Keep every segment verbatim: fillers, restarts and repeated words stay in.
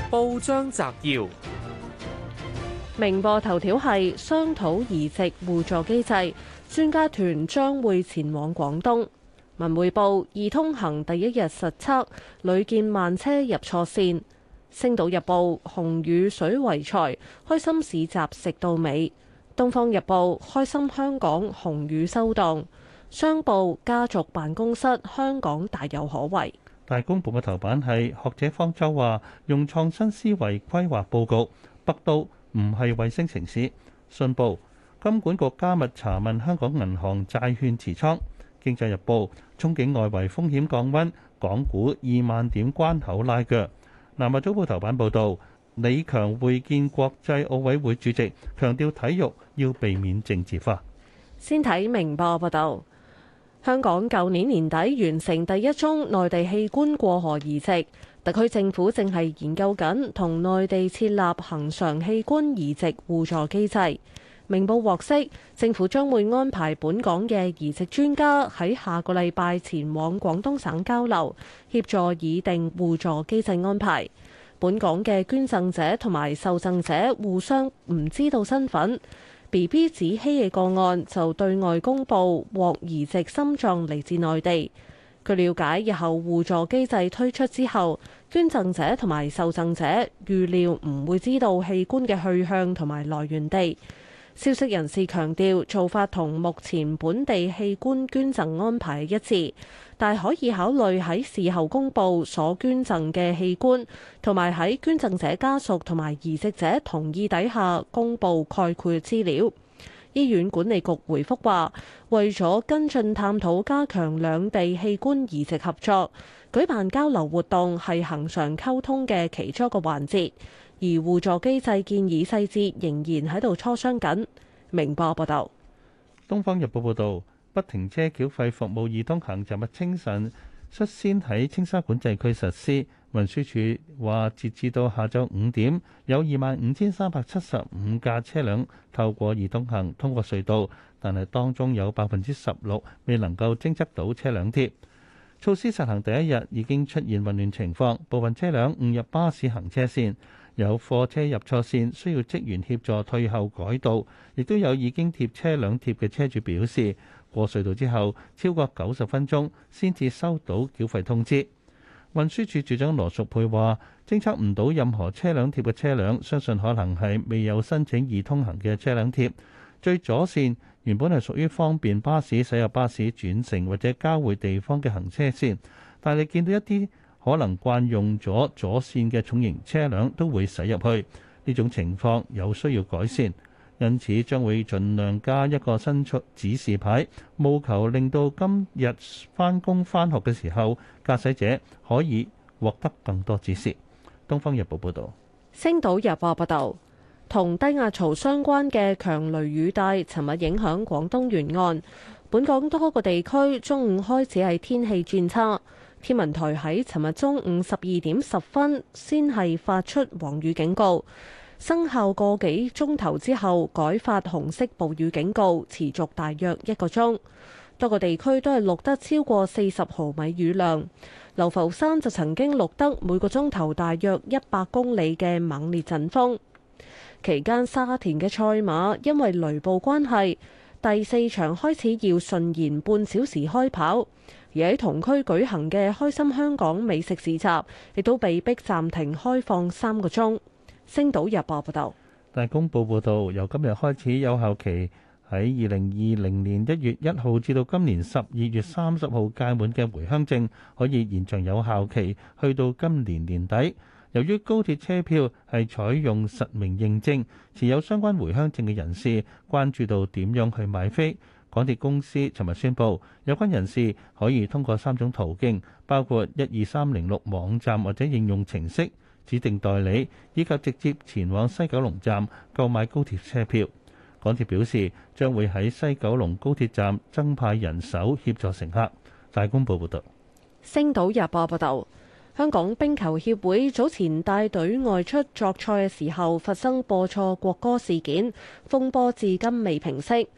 報章摘要： 明報頭條係商討移植互助機制，專家團將會前往廣東。文匯報易通行第一日實測，屢見慢車入錯線。星島日報紅雨水為財，開心市集食到尾。東方日報開心香港紅雨收檔。商報家族辦公室香港大有可為。 大公報嘅頭版係學者方舟話用創新思維規劃佈局，北都唔係衛星城市。信報金管局加密查問香港銀行債券持倉。經濟日報憧憬外圍風險降溫，港股二萬點關口拉鋸。南華早報頭版報導，李強會見國際奧委會主席，強調體育要避免政治化。 先睇明報報導，香港舊年年底完成第一宗內地器官過河移植，特區政府正係研究緊同內地設立恆常器官移植互助機制。明報獲悉，政府將會安排本港嘅移植專家喺下個禮拜前往廣東省交流，協助擬定互助機制安排。本港嘅捐贈者同埋受贈者互相唔知道身份。B B 子希嘅個案就對外公佈獲移植心臟嚟自內地。據了解，日後互助機制推出之後，捐贈者同埋受贈者預料唔會知道器官嘅去向同埋來源地。消息人士強調，做法同目前本地器官捐贈安排一致，但可以考慮喺事後公佈所捐贈嘅器官，同埋喺捐贈者家屬同埋移植者同意底下公佈概括資料。醫院管理局回覆話，為咗跟進探討加強兩地器官移植合作，舉辦交流活動係恆常溝通嘅其中一個環節。而互助機制建議細節仍然喺度磋商緊。明報報道。 東方日報報導，不停車繳費服務易通行，尋日清晨率先喺青沙管制區實施。運輸署話，截至到下晝五點，有二萬五千三百七十五架車輛透過易通行通過隧道，但係當中有百分之十六未能夠偵測到車輛貼。措施實行第一日已經出現混亂情況，部分車輛誤入巴士行車線。有貨車入錯線，需要職員協助退後改道，亦都有已經貼車輛貼嘅車主表示，過隧道之後超過九十分鐘先至收到繳費通知。運輸署署長羅淑佩話，偵測唔到任何車輛貼嘅車輛，相信可能係未有申請易通行嘅車輛貼。最左線原本係屬於方便巴士駛入巴士轉乘或者交匯地方嘅行車線，但係見到一啲可能慣用咗左線嘅重型車輛都會駛入去，呢種情況有需要改善，因此將會盡量加一個新出指示牌，務求令到今日返工返學嘅時候，駕駛者可以獲得更多指示。《東方日報》報導。《 星島日報》報導，同低壓槽相關嘅強雷雨帶，尋日影響廣東沿岸，本港多個地區中午開始係天氣轉差。天文台喺尋日中午十二點十分先係發出黃雨警告，生效個幾鐘頭之後改發紅色暴雨警告，持續大約一個鐘。多個地區都係錄得超過四十毫米雨量，流浮山就曾經錄得每個鐘頭大約一百公里嘅猛烈陣風。期間沙田嘅賽馬因為雷暴關係，第四場開始要順延半小時開跑。而喺同區舉行嘅開心香港美食市集，亦都被逼暫停開放三個鐘。星島日報報道。 大公報報導，由今日開始有效期喺二零二零年一月一號至到今年十二月三十號屆滿嘅回鄉證，可以延長有效期去到今年年底。由於高鐵車票係採用實名認證，持有相關回鄉證嘅人士關注到點樣去買飛。港鐵公司尋日宣布，有關人士可以通過三種途徑，包括一二三零六網站或者應用程式、指定代理，以及直接前往西九龍站購買高鐵車票。港鐵表示，將會喺西九龍高鐵站增派人手協助乘客。大公報報道。 星島日報報道，香港冰球協會早前帶隊外出作賽嘅時候發生播錯國歌事件，風波至今未平息。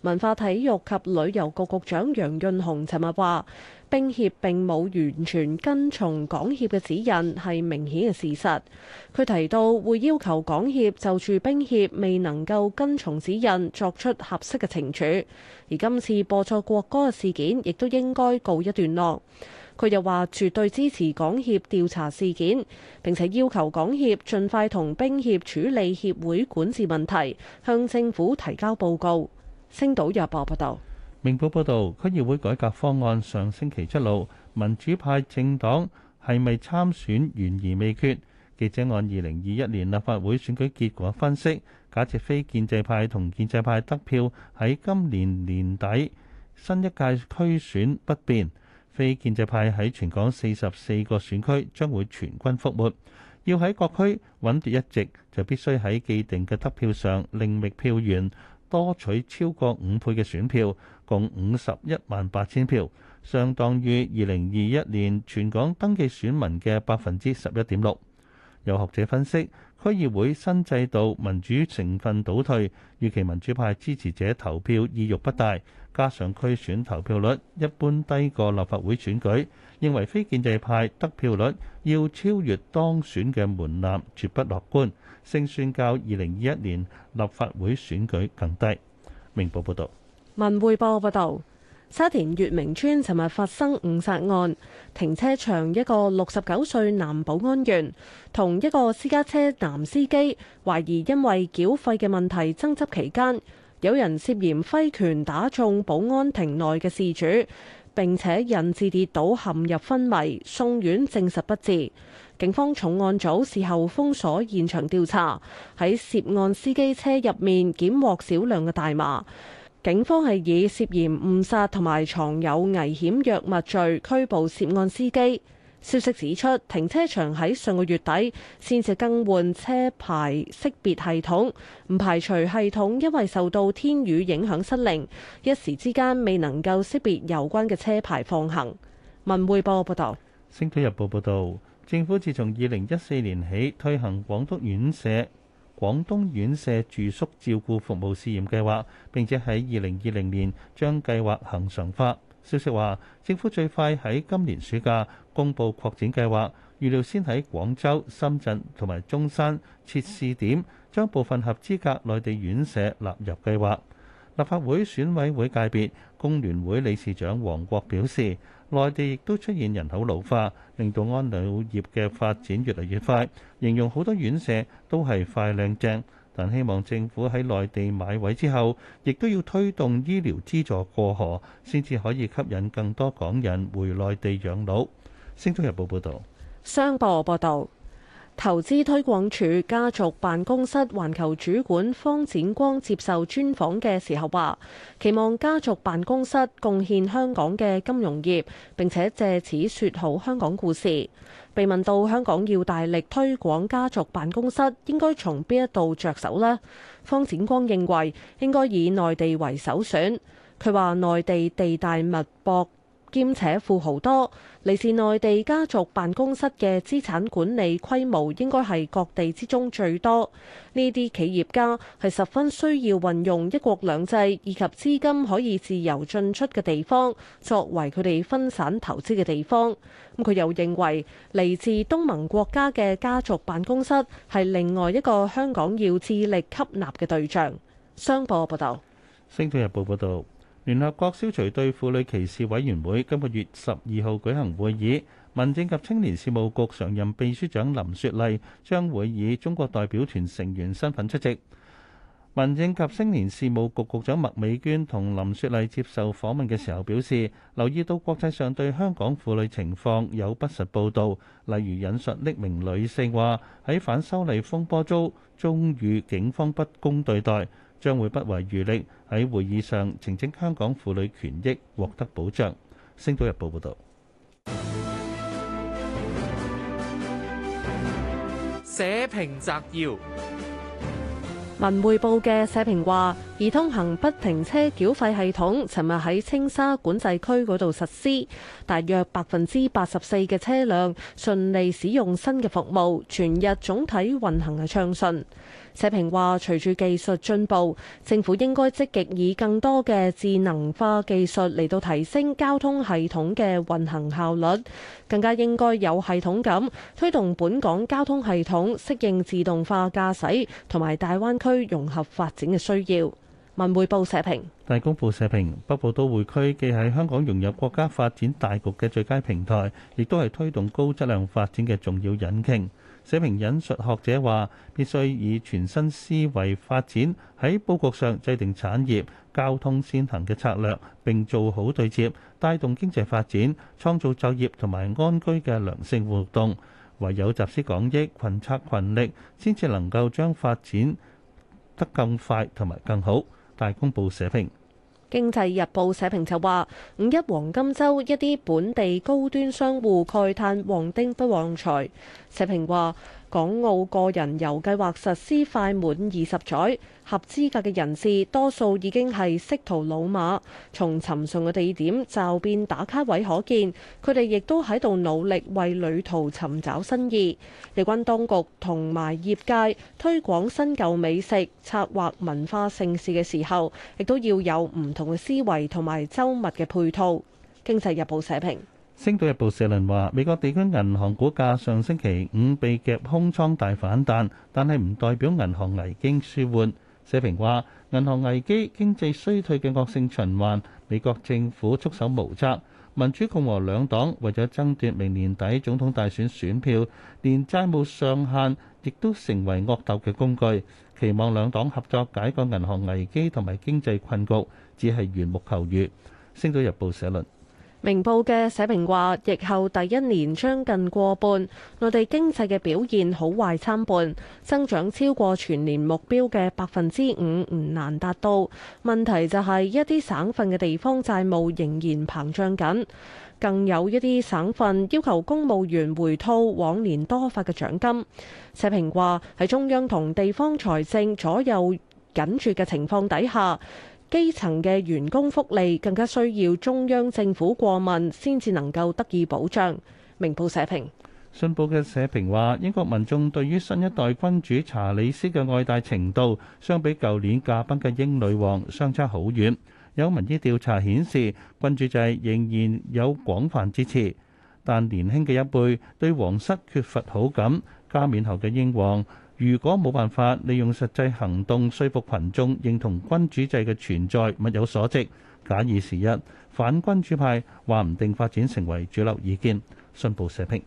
文化體育及旅遊局局長楊潤雄尋日話，冰協並冇完全跟從港協嘅指引係明顯嘅事實。佢提到會要求港協就住冰協未能夠跟從指引作出合適嘅懲處，而今次播錯國歌嘅事件亦都應該告一段落。佢又話絕對支持港協調查事件，並且要求港協盡快同冰協處理協會管治問題，向政府提交報告。星島日報報道。 明報報導，區議會改革方案上星期出爐，民主派政黨係咪參選懸而未決。記者按二零二一年立法會選舉結果分析，假設非建制派同建制派得票喺今年年底新一屆區選不變，非建制派喺全港四十四個選區將會全軍覆沒。要喺各區穩奪一席，就必須喺既定嘅得票上另覓票源，多取超過五倍嘅選票，共五十一萬八千票，相當於二零二一年全港登記選民嘅百分之十一點六。有學者分析，區議會新制度民主成分倒退，預期民主派支持者投票意欲不大，加上區選投票率一般低過立法會選舉，認為非建制派得票率要超越當選嘅門檻，絕不樂觀，勝算較二零二一年立法會選舉更低。明報報道。 文匯報報道，沙田月明村尋日發生誤殺案，停車場一個六十九歲男保安員同一個私家車男司機，懷疑因為繳費嘅問題爭執期間，有人涉嫌揮拳打中保安亭內嘅事主，並且引致跌倒陷入昏迷，送院證實不治。警方重案組事後封鎖現場調查，喺涉案司機車入面檢獲少量嘅大麻。警方係以涉嫌誤殺同埋藏有危險藥物罪拘捕涉案司機。消息指出，停車場喺上個月底先至更換車牌識別系統，唔排除系統因為受到天雨影響失靈，一時之間未能夠識別有關嘅車牌放行。文匯報報道。 《星島日報》報道，政府自從二零一四年起推行廣東院舍廣東院舍住宿照顧服務試驗計劃，並且喺二零二零年將計劃恆常化。消息話，政府最快喺今年暑假公布擴展計劃，預料先喺廣州、深圳同埋中山設試點，將部分合資格內地院舍納入計劃。立法會選委會界別工聯會理事長黃國表示，內地亦都出現人口老化，令到安老業嘅發展越嚟越快，形容好多院舍都係快靚正，但希望政府喺內地買位之後，亦都要推動醫療資助過河，先至可以吸引更多港人回內地養老。星島日報報道。 商報報道。投資推廣署家族辦公室環球主管方展光接受專訪嘅時候話，期望家族辦公室貢獻香港嘅金融業，並且借此説好香港故事。被問到香港要大力推廣家族辦公室，應該從邊一度着手呢？方展光認為應該以內地為首選。佢話內地地大物博，兼且富豪多，嚟自內地家族辦公室嘅資產管理規模應該係各地之中最多。呢啲企業家係十分需要運用一國兩制以及資金可以自由進出嘅地方，作為佢哋分散投資嘅地方。咁佢又認為嚟自東盟國家嘅家族辦公室係另外一個香港要致力吸納嘅對象。商報報道。 星島日報報導。聯合國消除對婦女歧視委員會今個月十二號舉行會議，民政及青年事務局常任秘書長林雪麗將會以中國代表團成員身份出席。民政及青年事務局局長麥美娟同林雪麗接受訪問嘅時候表示，留意到國際上對香港婦女情況有不實報導，例如引述匿名女性話喺反修例風波中遭遇警方不公對待。將會不遺餘力喺會議上澄清香港婦女權益獲得保障。星島日報報導。 社評摘要： 文匯報嘅社評話，易通行不停車繳費系統尋日喺青沙管制區嗰度實施，大約百分之八十四嘅車輛順利使用新嘅服務，全日總體運行係暢順。 社評話，隨住技術進步，政府應該積極以更多嘅智能化技術嚟到提升交通系統嘅運行效率，更加應該有系統咁推動本港交通系統適應自動化駕駛同埋大灣區融合發展嘅需要。文匯報社評。 大公報社評，北部都會區既係香港融入國家發展大局嘅最佳平台，亦都係推動高質量發展嘅重要引擎。社評引述學者話，必須以全新思維發展，喺佈局上制定產業交通先行嘅策略，並做好對接，帶動經濟發展，創造就業同埋安居嘅良性活動。唯有集思廣益，群策群力，先至能夠將發展得更快同埋更好。大公報社評。 經濟日報社評就話：五一黃金週一啲本地高端商戶慨嘆旺丁不旺財。社評話：港澳個人遊計劃實施快滿二十載，合資格嘅人士多數已經係識途老馬，從尋常嘅地點驟變打卡位可見，佢哋亦都喺度努力為旅途尋找新意。有關當局同埋業界推廣新舊美食、策劃文化盛事嘅時候，亦都要有唔同嘅思維同埋周密嘅配套。經濟日報社評。 星島日報社論話，美國地區銀行股價上星期五被夾空倉大反彈，但係唔代表銀行危機舒緩。社評話，銀行危機、經濟衰退嘅惡性循環，美國政府束手無策，民主共和兩黨為咗爭奪明年底總統大選選票，連債務上限亦都成為惡鬥嘅工具。期望兩黨合作解決銀行危機同埋經濟困局，只係緣木求魚。星島日報社論。 明報嘅社評話，疫後第一年將近過半，內地經濟嘅表現好壞參半，增長超過全年目標嘅百分之五唔難達到。問題就係一啲省份嘅地方債務仍然膨脹緊，更有一啲省份要求公務員回吐往年多發嘅獎金。社評話，喺中央同地方財政左右緊絀嘅情況底下，基層嘅員工福利更加需要中央政府過問，先至能夠得以保障。明報社評。 信報嘅社評話，英國民眾對於新一代君主查理斯嘅愛戴程度，相比舊年駕崩嘅英女王相差好遠。有民意調查顯示，君主制仍然有廣泛支持，但年輕嘅一輩對皇室缺乏好感。加冕後嘅英皇，如果冇辦法利用實際行動說服群眾認同君主制嘅存在，物有所值。假以時日，反君主派話唔定發展成為主流意見。信報社評。